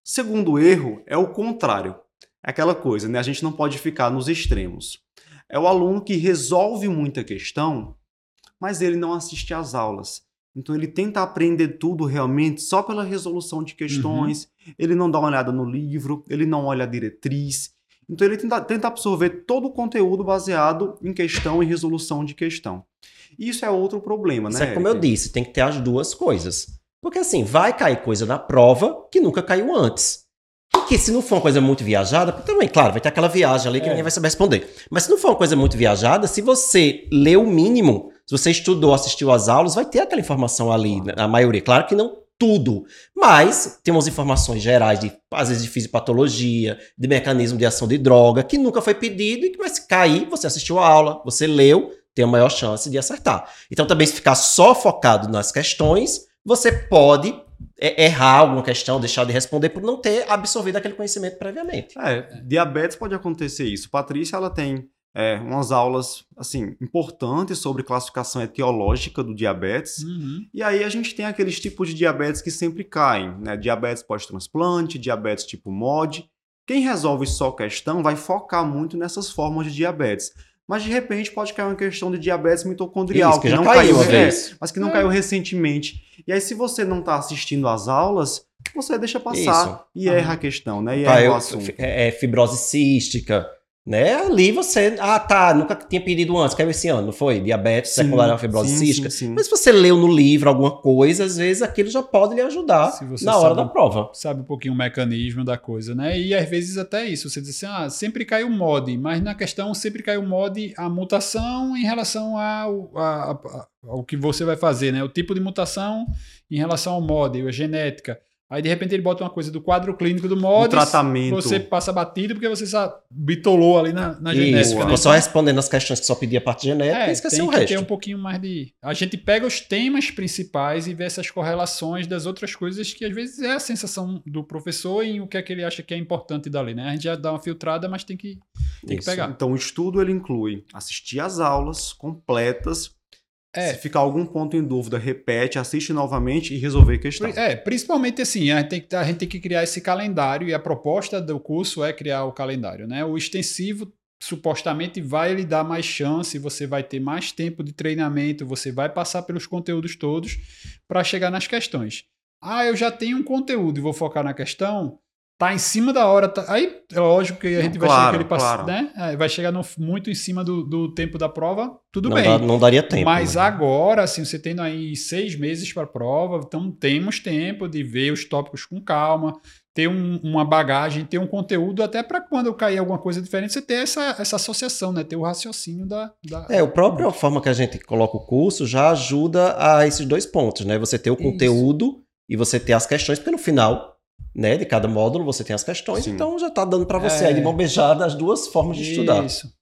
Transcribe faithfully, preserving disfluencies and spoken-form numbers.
Segundo erro é o contrário. É aquela coisa, né? A gente não pode ficar nos extremos. É o aluno que resolve muita questão, mas ele não assiste às aulas. Então ele tenta aprender tudo realmente só pela resolução de questões, uhum. Ele não dá uma olhada no livro, ele não olha a diretriz. Então ele tenta, tenta absorver todo o conteúdo baseado em questão e resolução de questão. Isso é outro problema, Isso né, é como Eric? eu disse, tem que ter as duas coisas. Porque assim, vai cair coisa na prova que nunca caiu antes. E que se não for uma coisa muito viajada, também, claro, vai ter aquela viagem ali que é. ninguém vai saber responder. Mas se não for uma coisa muito viajada, se você lê o mínimo, se você estudou, assistiu às aulas, vai ter aquela informação ali, a maioria. Claro que não tudo, mas tem umas informações gerais, de, às vezes de fisiopatologia, de mecanismo de ação de droga, que nunca foi pedido e que vai cair, você assistiu a aula, você leu, tem a maior chance de acertar. Então também se ficar só focado nas questões, você pode errar alguma questão, deixar de responder por não ter absorvido aquele conhecimento previamente. É, diabetes pode acontecer isso. Patrícia, ela tem é, umas aulas assim importantes sobre classificação etiológica do diabetes. Uhum. E aí a gente tem aqueles tipos de diabetes que sempre caem, né? Diabetes pós-transplante, diabetes tipo M O D. Quem resolve só questão vai focar muito nessas formas de diabetes. Mas de repente pode cair uma questão de diabetes mitocondrial, Isso, que, que já não caiu, caiu, é, mas que não é. caiu recentemente. E aí, se você não está assistindo às aulas, você deixa passar Isso. e uhum. erra a questão, né? E caiu, erra o assunto. É, fibrose cística, né? Ali você, ah tá, nunca tinha pedido antes, caiu esse ano, não foi? Diabetes secundária à fibrose sim, cística. Sim, sim. Mas se você leu no livro alguma coisa, às vezes aquilo já pode lhe ajudar na hora sabe, da prova. Sabe um pouquinho o mecanismo da coisa, né? E às vezes até isso, você diz assim, ah, sempre cai o M O D, mas na questão sempre cai o M O D, a mutação em relação ao, a, a, ao que você vai fazer, né? O tipo de mutação em relação ao M O D, a genética. Aí, de repente, ele bota uma coisa do quadro clínico do M O D. O tratamento. Você passa batido porque você só bitolou ali na, na genética. Isso, né? Ficou só respondendo as questões que só pedia a parte genética é, e esqueceu tem o que resto. ter um pouquinho mais de... A gente pega os temas principais e vê essas correlações das outras coisas que, às vezes, é a sensação do professor em o que é que ele acha que é importante dali, né? A gente já dá uma filtrada, mas tem que, tem que pegar. Então, o estudo, ele inclui assistir às aulas completas. É. Se ficar algum ponto em dúvida, repete, assiste novamente e resolver a questão. É, principalmente assim, a gente, tem que, a gente tem que criar esse calendário e a proposta do curso é criar o calendário, né? O extensivo supostamente vai lhe dar mais chance, você vai ter mais tempo de treinamento, você vai passar pelos conteúdos todos para chegar nas questões. Ah, eu já tenho um conteúdo e vou focar na questão... Tá em cima da hora. Tá... Aí é lógico que a gente não, vai claro, chegar aquele passo, claro. né? É, vai chegar no, muito em cima do, do tempo da prova, tudo não bem. Dá, não daria tempo. Mas né? agora, assim, você tendo aí seis meses para a prova, então temos tempo de ver os tópicos com calma, ter um, uma bagagem, ter um conteúdo, até para quando cair alguma coisa diferente, você ter essa, essa associação, né? Ter o raciocínio da. da é, a própria forma que a gente coloca o curso já ajuda a esses dois pontos, né? Você ter o conteúdo Isso. e você ter as questões, porque no final. Né, de cada módulo você tem as questões, Sim. então já está dando para você é. aí de mão beijada as duas formas de Isso. estudar. Isso.